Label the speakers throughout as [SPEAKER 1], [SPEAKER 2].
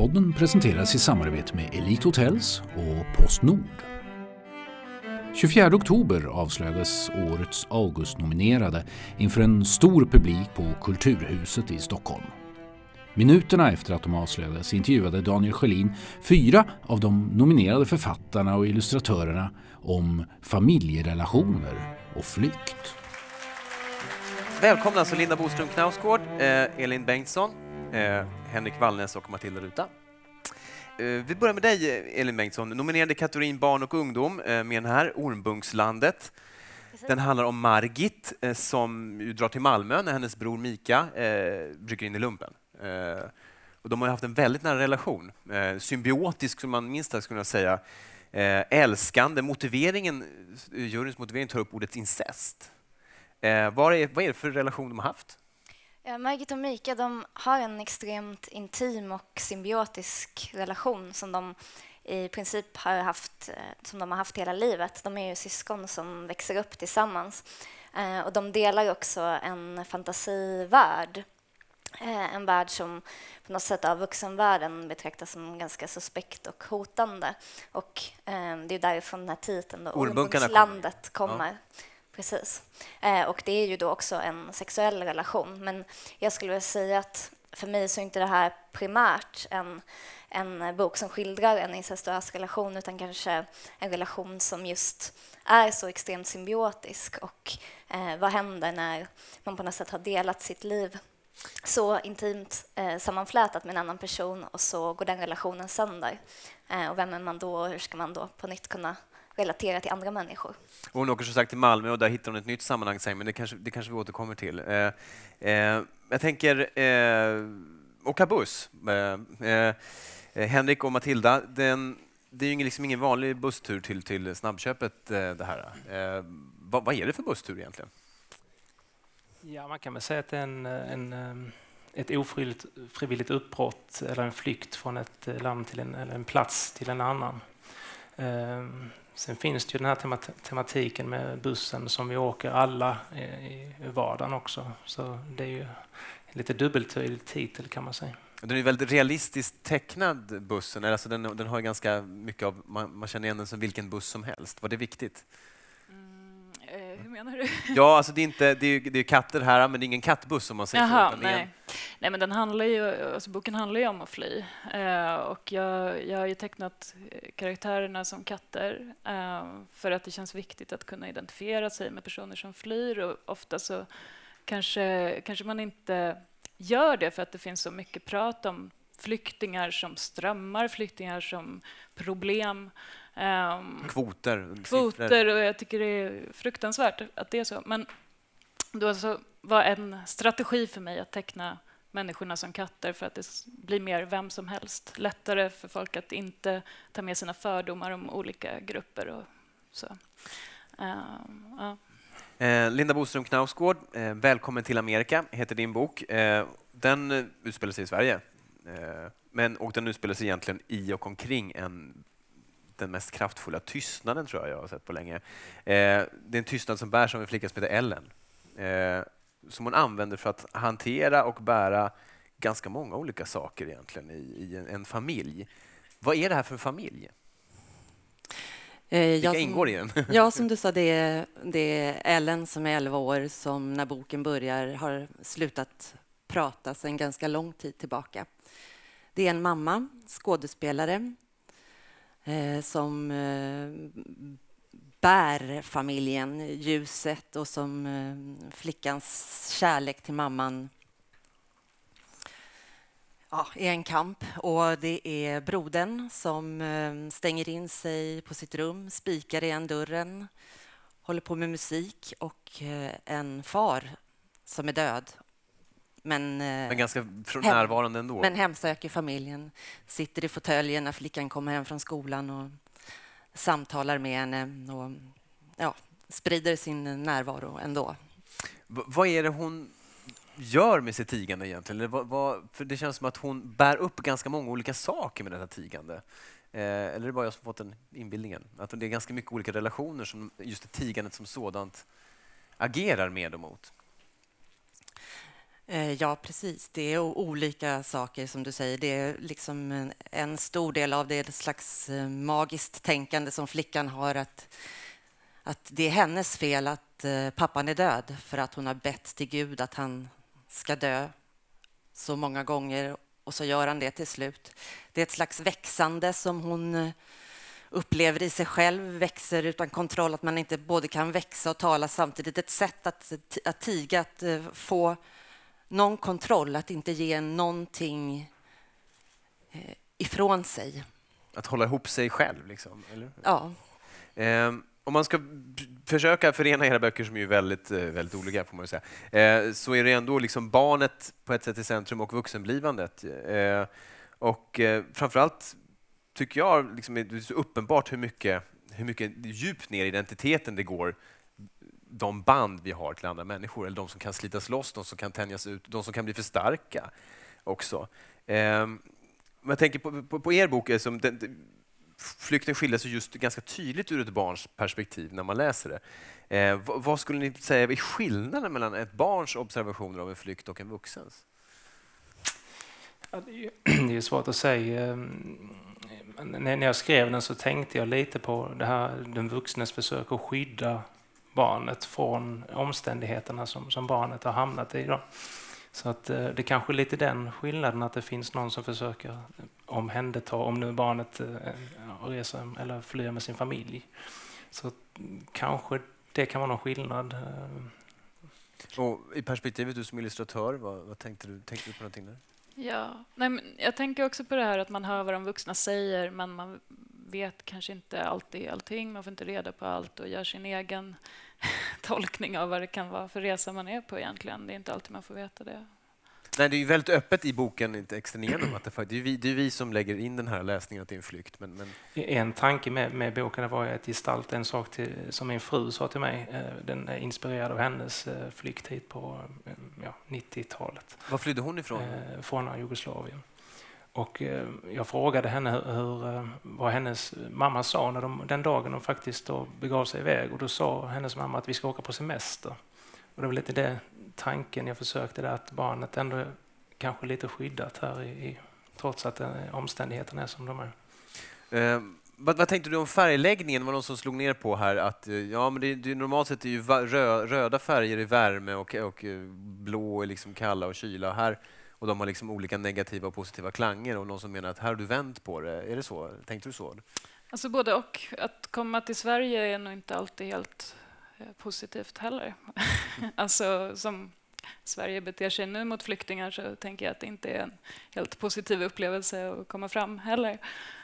[SPEAKER 1] Bostadspodden presenteras i samarbete med Elite Hotels och Postnord. 24 oktober avslöjades årets Augustnominerade inför en stor publik på Kulturhuset i Stockholm. Minuterna efter att de avslöjades intervjuade Daniel Sjölin 4 av de nominerade författarna och illustratörerna om familjerelationer och flykt.
[SPEAKER 2] Välkomna alltså Linda Boström Knausgård, Elin Bengtsson, Henrik Wallnäs och Matilda Ruta. Vi börjar med dig, Elin Bengtsson. Nominerade kategorin barn och ungdom med den här Ormbunkslandet. Den handlar om Margit som drar till Malmö när hennes bror Mika rycker in i lumpen. Och de har haft en väldigt nära relation. Symbiotisk som man minst skulle säga. Älskande. Juryns motivering tar upp ordet incest. Vad är det för relation de har haft?
[SPEAKER 3] Margit och Mika, de har en extremt intim och symbiotisk relation som de i princip har haft hela livet. De är ju syskon som växer upp tillsammans. Och de delar också en fantasivärld. En värld som på något sätt av vuxenvärlden betraktas som ganska suspekt och hotande. Och det är därifrån den här titeln då, Ormbunkslandet kommer. Ja. Precis. Och det är ju då också en sexuell relation. Men jag skulle vilja säga att för mig så är inte det här primärt en bok som skildrar en incestuös relation, utan kanske en relation som just är så extremt symbiotisk. Och vad händer när man på något sätt har delat sitt liv så intimt sammanflätat med en annan person och så går den relationen sönder. Och vem är man då och hur ska man då på nytt kunna relatera till andra människor? Och
[SPEAKER 2] hon åker som sagt till Malmö och där hittar hon ett nytt sammanhang sen, men det kanske vi återkommer till. Jag tänker åka buss. Henrik och Matilda, det är ju liksom ingen vanlig busstur till snabbköpet det här. Vad är det för busstur egentligen?
[SPEAKER 4] Ja, man kan väl säga att det är ett ofrivilligt uppbrott eller en flykt från ett land till en plats till en annan. Sen finns det ju den här tematiken med bussen som vi åker alla i vardagen också. Så det är ju en lite dubbeltydig titel kan man säga.
[SPEAKER 2] Den är väldigt realistiskt tecknad, bussen. Alltså den har ganska mycket av, man känner igen den som vilken buss som helst. Var det viktigt?
[SPEAKER 5] Hur menar du?
[SPEAKER 2] Ja, alltså det är katter här, men det är ingen kattbuss om man säger
[SPEAKER 5] Jaha,
[SPEAKER 2] så.
[SPEAKER 5] Nej, men boken handlar ju om att fly. Och jag har ju tecknat karaktärerna som katter för att det känns viktigt att kunna identifiera sig med personer som flyr. Och ofta så kanske man inte gör det för att det finns så mycket prat om flyktingar som strömmar, flyktingar som problem. Kvoter, och jag tycker det är fruktansvärt att det är så. Men då så var en strategi för mig att teckna människorna som katter för att det blir mer vem som helst. Lättare för folk att inte ta med sina fördomar om olika grupper och så. Ja.
[SPEAKER 2] Linda Boström Knausgård, Välkommen till Amerika heter din bok. Den utspelar sig i Sverige. Och den utspelar sig egentligen i och omkring den mest kraftfulla tystnaden tror jag har sett på länge. Det är en tystnad som bärs av en flicka som heter Ellen. Som hon använder för att hantera och bära ganska många olika saker egentligen i en familj. Vad är det här för en familj? Vilka ingår i den?
[SPEAKER 6] Ja, som du sa, det är Ellen som är 11 år som när boken börjar har slutat prata sedan ganska lång tid tillbaka. Det är en mamma, skådespelare, som bär familjen, ljuset och som flickans kärlek till mamman är en kamp. Och det är brodern som stänger in sig på sitt rum, spikar igen dörren, håller på med musik, och en far som är död. Men
[SPEAKER 2] ganska närvarande ändå.
[SPEAKER 6] Men hemsöker familjen, sitter i fåtöljen när flickan kommer hem från skolan och samtalar med henne och sprider sin närvaro ändå.
[SPEAKER 2] Vad är det hon gör med sitt tigande egentligen? För det känns som att hon bär upp ganska många olika saker med det här tigande. Eller är det bara jag som fått den inbildningen? Att det är ganska mycket olika relationer som just det tigandet som sådant agerar med och mot.
[SPEAKER 6] Ja, precis. Det är olika saker som du säger. Det är liksom en stor del av det är ett slags magiskt tänkande som flickan har, att det är hennes fel att pappan är död för att hon har bett till Gud att han ska dö så många gånger, och så gör han det till slut. Det är ett slags växande som hon upplever i sig själv, växer utan kontroll, att man inte både kan växa och tala samtidigt. Ett sätt att tiga, att få någon kontroll, att inte ge någonting ifrån sig.
[SPEAKER 2] Att hålla ihop sig själv, liksom, eller?
[SPEAKER 6] Ja.
[SPEAKER 2] Om man ska försöka förena era böcker, som är ju väldigt, väldigt olika, får man ju säga, så är det ändå liksom barnet på ett sätt i centrum och vuxenblivandet. Och framförallt tycker jag liksom det är så uppenbart hur mycket djupt ner i identiteten det går, de band vi har till andra människor, eller de som kan slitas loss, de som kan tänjas ut, de som kan bli för starka också. Men jag tänker på er bok, som flykten skiljer sig just ganska tydligt ur ett barns perspektiv när man läser det. Vad skulle ni säga är skillnaden mellan ett barns observationer av en flykt och en vuxens?
[SPEAKER 4] Ja, det är svårt att säga. När jag skrev den så tänkte jag lite på det här, den vuxnes försök att skydda barnet från omständigheterna som barnet har hamnat i. Då. Så att det kanske är lite den skillnaden, att det finns någon som försöker omhänderta, om nu barnet reser eller flyr med sin familj. Så kanske det kan vara någon skillnad.
[SPEAKER 2] Och i perspektivet, du som illustratör, vad tänkte du på någonting där?
[SPEAKER 5] Ja, nej, men jag tänker också på det här att man hör vad de vuxna säger, men man vet kanske inte alltid allting, man får inte reda på allt och gör sin egen tolkning av vad det kan vara för resa man är på egentligen. Det är inte alltid man får veta det.
[SPEAKER 2] Nej, det är ju väldigt öppet i boken, inte extra igenom, att det är vi som lägger in den här läsningen att det är en flykt. Men...
[SPEAKER 4] En tanke med boken var att gestalta en sak som min fru sa till mig. Den är inspirerad av hennes flykt hit på 90-talet.
[SPEAKER 2] Var flydde hon ifrån?
[SPEAKER 4] Från Jugoslavien. Och jag frågade henne vad hennes mamma sa den dagen de faktiskt då begav sig iväg. Och då sa hennes mamma att vi ska åka på semester. Och det var lite det tanken jag försökte där, att barnet ändå kanske lite skyddat här trots att omständigheterna är som de är.
[SPEAKER 2] Vad tänkte du om färgläggningen? Var någon som slog ner på här att ja, men det normalt sett är ju röda färger i värme och blå är liksom kalla och kyla här, och de har liksom olika negativa och positiva klanger, och någon som menar att här har du vänt på det. Är det så? Tänkte du så?
[SPEAKER 5] Alltså både och. Att komma till Sverige är nog inte alltid helt positivt heller. Alltså som Sverige beter sig nu mot flyktingar, så tänker jag att det inte är en helt positiv upplevelse att komma fram heller.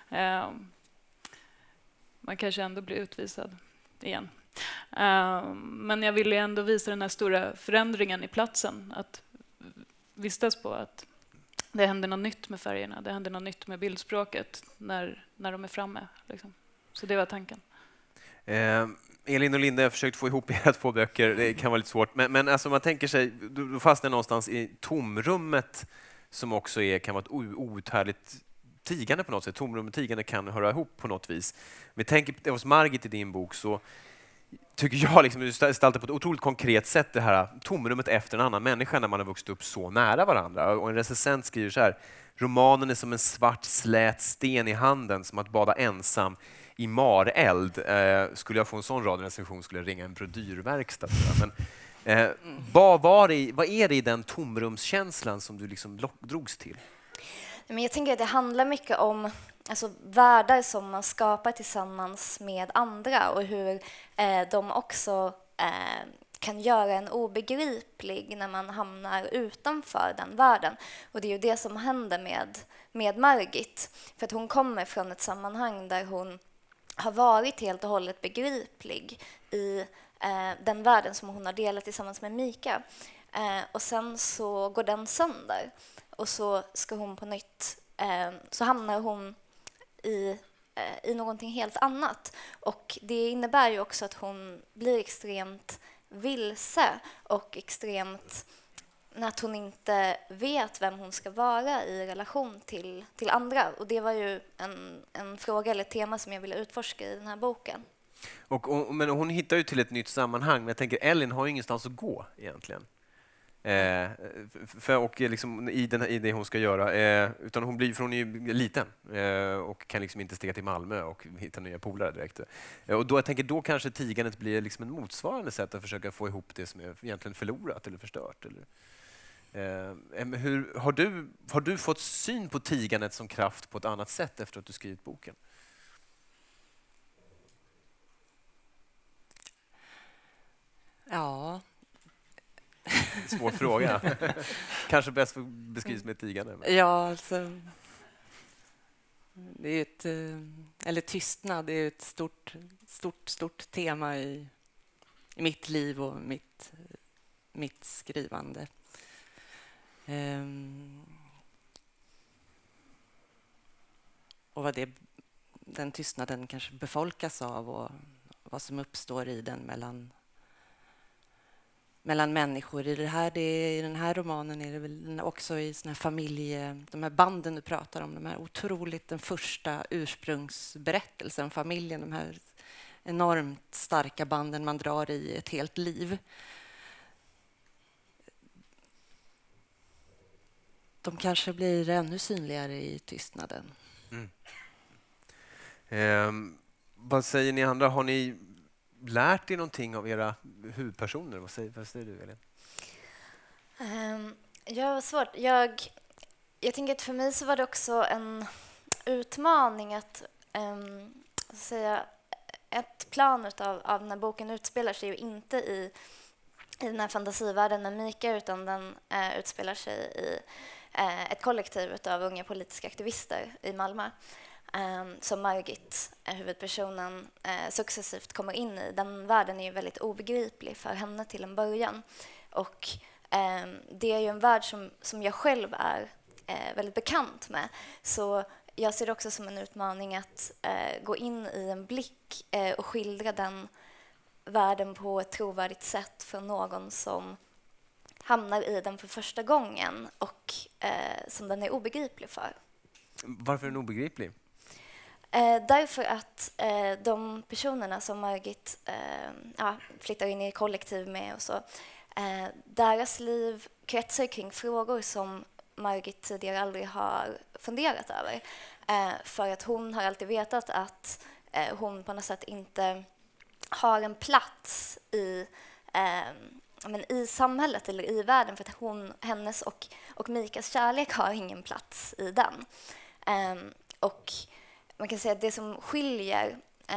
[SPEAKER 5] Man kanske ändå blir utvisad igen. Men jag ville ändå visa den här stora förändringen i platsen, att vistas på, att det händer något nytt med färgerna, det händer något nytt med bildspråket när de är framme. Liksom. Så det var tanken.
[SPEAKER 2] Elin och Linda, jag har försökt få ihop era två böcker. Det kan vara lite svårt. Men alltså man tänker sig, du fastnar någonstans i tomrummet, som också kan vara ett outhärdligt tigande på något sätt. Tomrum och tigande kan höra ihop på något vis. Men tänk hos Margit i din bok, så tycker jag liksom, du gestaltar på ett otroligt konkret sätt det här tomrummet efter en annan människa när man har vuxit upp så nära varandra. Och en recensent skriver så här: romanen är som en svart slät sten i handen, som att bada ensam i mareld. Skulle jag få en sån radiorecension skulle jag ringa en brodyrverkstad. Men vad är det i den tomrumskänslan som du liksom drogs till?
[SPEAKER 3] Men jag tänker att det handlar mycket om världar som man skapar tillsammans med andra, och hur de också kan göra en obegriplig när man hamnar utanför den världen. Och det är ju det som händer med Margit. För att hon kommer från ett sammanhang där hon har varit helt och hållet begriplig i den världen som hon har delat tillsammans med Mika. Och sen så går den sönder. Och så ska hon på nytt, så hamnar hon i någonting helt annat. Och det innebär ju också att hon blir extremt vilse och extremt, att hon inte vet vem hon ska vara i relation till andra. Och det var ju en fråga eller ett tema som jag ville utforska i den här boken.
[SPEAKER 2] Men hon hittar ju till ett nytt sammanhang, men jag tänker Elin har ju ingenstans att gå egentligen. Och liksom i det hon ska göra. Utan hon är ju liten och kan liksom inte stiga till Malmö och hitta nya polare direkt. Och då, jag tänker, då kanske tigandet blir liksom en motsvarande sätt att försöka få ihop det som är egentligen förlorat eller förstört. Eller? Har du fått syn på tigandet som kraft på ett annat sätt efter att du skrivit boken?
[SPEAKER 6] Ja.
[SPEAKER 2] Svår fråga. Kanske bäst beskrivs med tigande.
[SPEAKER 6] Ja, alltså... Det är ett... Eller tystnad, det är ett stort tema i mitt liv och mitt skrivande. Och vad den tystnaden kanske befolkas av och vad som uppstår i den mellan människor. I den här romanen är det väl också i såna här de här banden du pratar om, de här otroligt, den första ursprungsberättelsen, familjen, de här enormt starka banden man drar i ett helt liv. De kanske blir ännu synligare i tystnaden.
[SPEAKER 2] Vad säger ni andra? Har ni lärt er någonting av era huvudpersoner? Vad säger du, Elin?
[SPEAKER 3] Ja, vad svårt. Jag tänker att för mig så var det också en utmaning att säga ett plan av den här boken utspelar sig ju inte i den här fantasivärlden med Mika, utan den utspelar sig i ett kollektiv av unga politiska aktivister i Malmö. Som Margit, huvudpersonen, successivt kommer in i. Den världen är ju väldigt obegriplig för henne till en början. Och det är ju en värld som jag själv är väldigt bekant med. Så jag ser det också som en utmaning att gå in i en blick och skildra den världen på ett trovärdigt sätt för någon som hamnar i den för första gången och som den är obegriplig för.
[SPEAKER 2] Varför är den obegriplig?
[SPEAKER 3] Därför att de personerna som Margit flyttar in i kollektiv med och så, deras liv kretsar kring frågor som Margit tidigare aldrig har funderat över. För att hon har alltid vetat att hon på något sätt inte har en plats i samhället eller i världen, för att hennes och Mikas kärlek har ingen plats i den. Och man kan säga att det som skiljer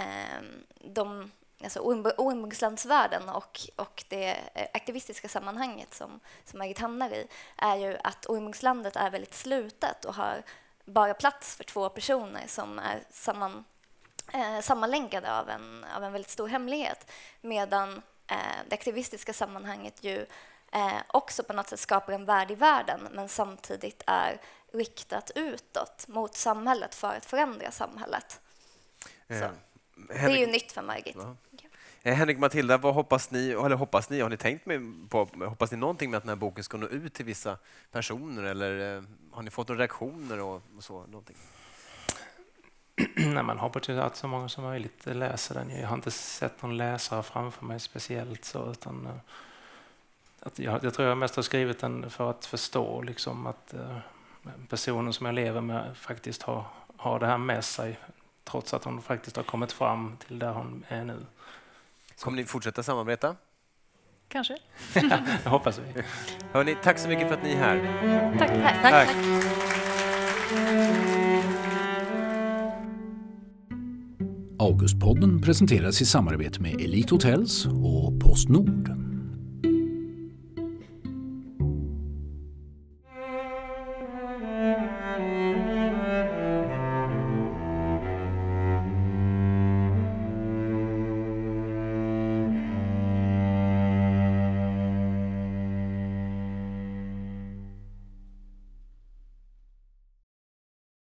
[SPEAKER 3] Ormbunkslandsvärlden och det aktivistiska sammanhanget som Margit hamnar i är ju att Ormbunkslandet är väldigt slutet och har bara plats för 2 personer som är sammanlänkade av en väldigt stor hemlighet, medan det aktivistiska sammanhanget ju också på något sätt skapar en värld i världen, men samtidigt är riktat utåt mot samhället för att förändra samhället. Så. Det är ju nytt för Margit.
[SPEAKER 2] Henrik, Matilda, vad hoppas ni? Har ni tänkt på, hoppas ni någonting med att den här boken ska nå ut till vissa personer, eller har ni fått några reaktioner och så? Någonting?
[SPEAKER 4] Nej, man hoppas ju att så många som möjligt läser den. Jag har inte sett någon läsare framför mig speciellt så, utan jag tror jag mest har skrivit den för att förstå liksom att personen som jag lever med faktiskt har det här med sig, trots att hon faktiskt har kommit fram till där hon är nu.
[SPEAKER 2] Kommer ni fortsätta samarbeta?
[SPEAKER 5] Kanske.
[SPEAKER 4] Det hoppas vi.
[SPEAKER 2] Hörrni, tack så mycket för att ni är här.
[SPEAKER 5] Tack.
[SPEAKER 1] Augustpodden presenteras i samarbete med Elite Hotels och PostNord.